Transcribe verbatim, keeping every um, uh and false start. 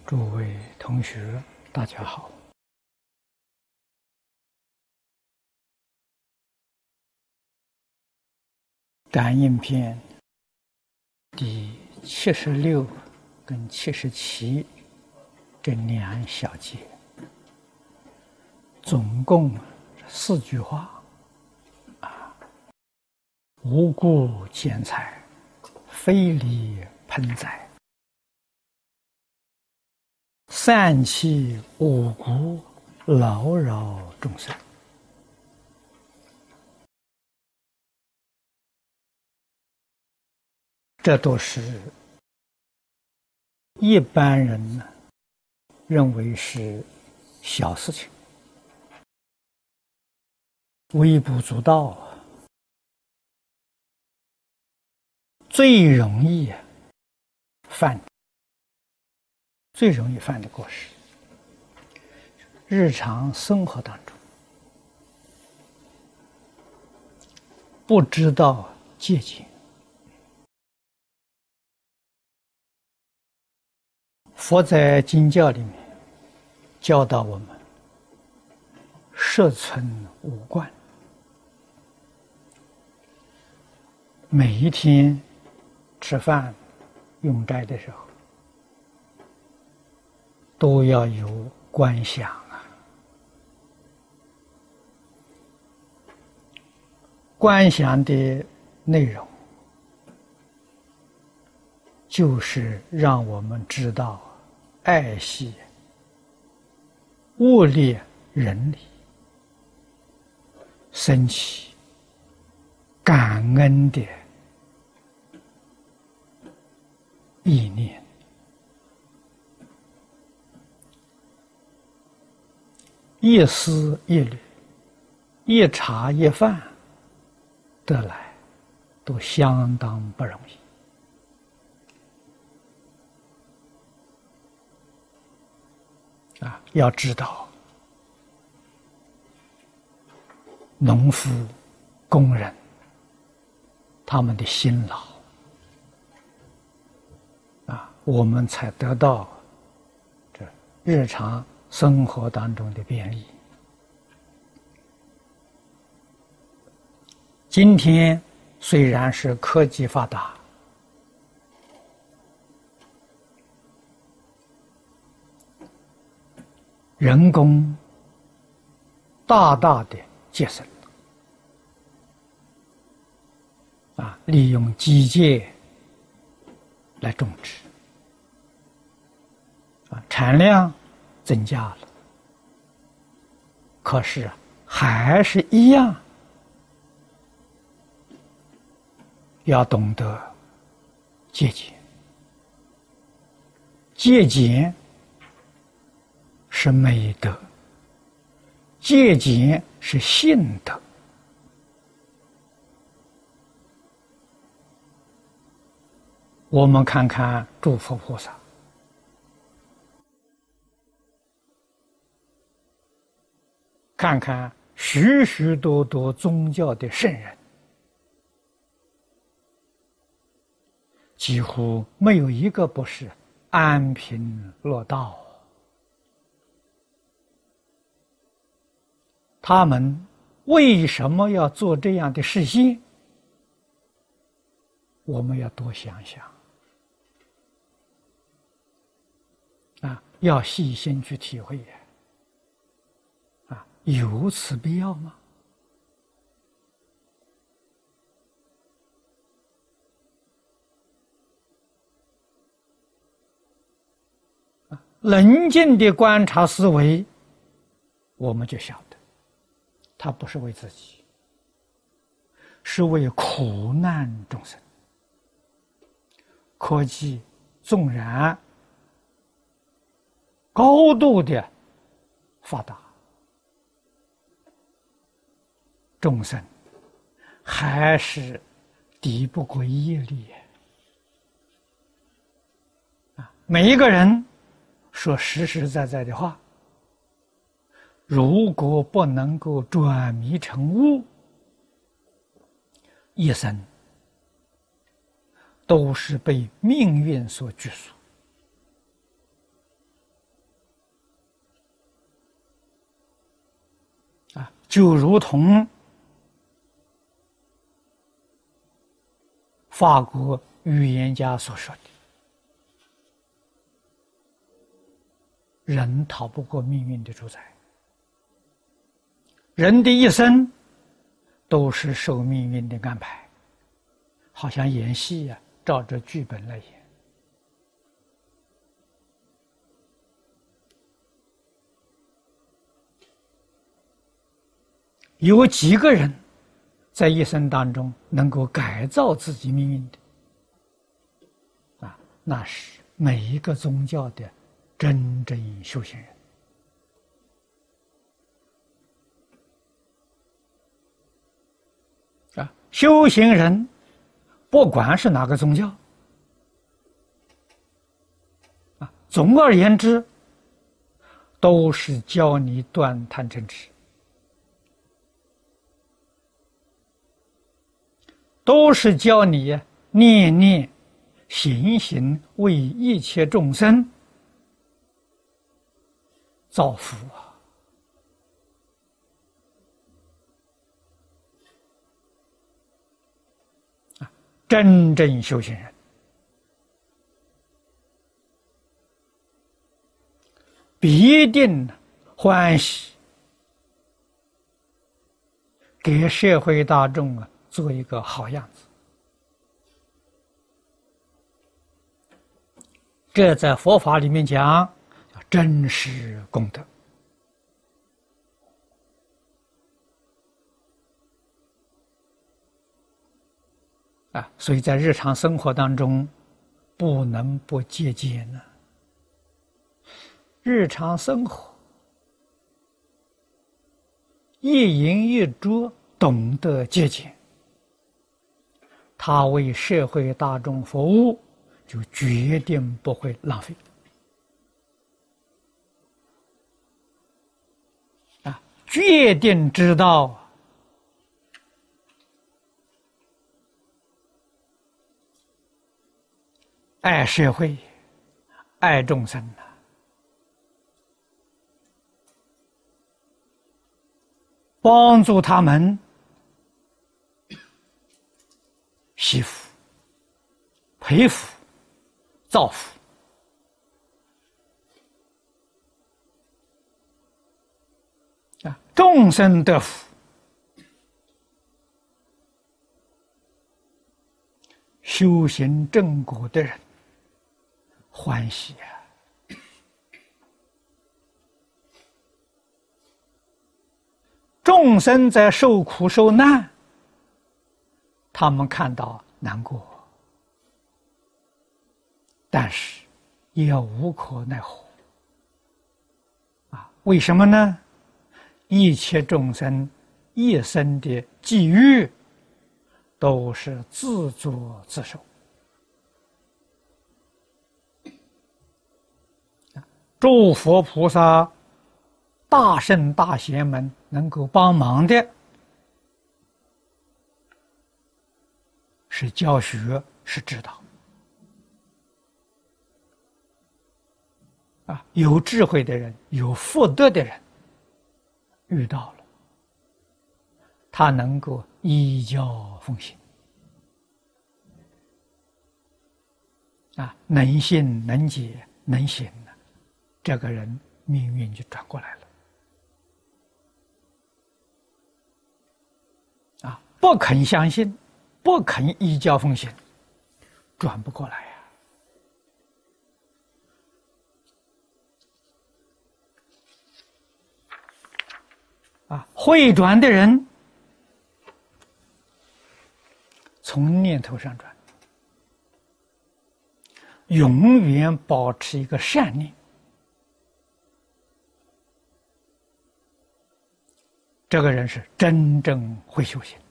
诸位同学，大家好。感应篇第七十六跟七十七这两小节，总共四句话啊：无故见财，非礼喷载，散弃五谷，劳扰众生。这都是一般人呢认为是小事情，微不足道，最容易犯、最容易犯的过失。日常生活当中不知道戒谨。佛在经教里面教导我们摄存五观，每一天吃饭用斋的时候都要有观想啊。观想的内容就是让我们知道爱惜物力人力，升起感恩的意念。一丝一缕，一茶一饭得来，都相当不容易。啊，要知道，农夫、工人，他们的辛劳，啊，我们才得到这日常生活当中的便利。今天虽然是科技发达，人工大大的节省啊，利用机械来种植啊，产量增加了，可是还是一样要懂得节俭。节俭是美德，节俭是信德。我们看看诸佛菩萨，看看许许多多宗教的圣人，几乎没有一个不是安贫乐道。他们为什么要做这样的事情？我们要多想想啊，要细心去体会呀！啊，有此必要吗？啊，冷静的观察思维，我们就晓得。他不是为自己，是为苦难众生。科技纵然高度的发达，众生还是敌不过业力啊！每一个人说实实在在的话，如果不能够转迷成悟，一生都是被命运所拘束啊，就如同法国预言家所说的，人逃不过命运的主宰，人的一生都是受命运的安排，好像演戏呀、啊，照着剧本来演。有几个人在一生当中能够改造自己命运的？啊，那是每一个宗教的真正修行人。啊，修行人不管是哪个宗教，啊，总而言之，都是教你断贪嗔痴。都是教你念念行行为一切众生造福啊！真正修行人必定欢喜给社会大众啊做一个好样子，这在佛法里面讲叫真实功德啊，所以在日常生活当中不能不戒戒呢。日常生活一饮一啄，懂得节俭。他为社会大众服务，就决定不会浪费。啊，决定知道爱社会、爱众生啊，帮助他们惜福、培福、造福啊，众生得福，修行正果的人欢喜啊！众生在受苦受难，他们看到难过，但是也无可奈何啊！为什么呢？一切众生一生的际遇都是自作自受，诸佛菩萨、大圣大贤们能够帮忙的，是教学，是指导啊。有智慧的人，有福德的人遇到了，他能够依教奉行啊，能信能解能行呢，这个人命运就转过来了啊！不肯相信，不肯依教奉行，转不过来呀！啊，会转的人从念头上转，永远保持一个善念，这个人是真正会修行。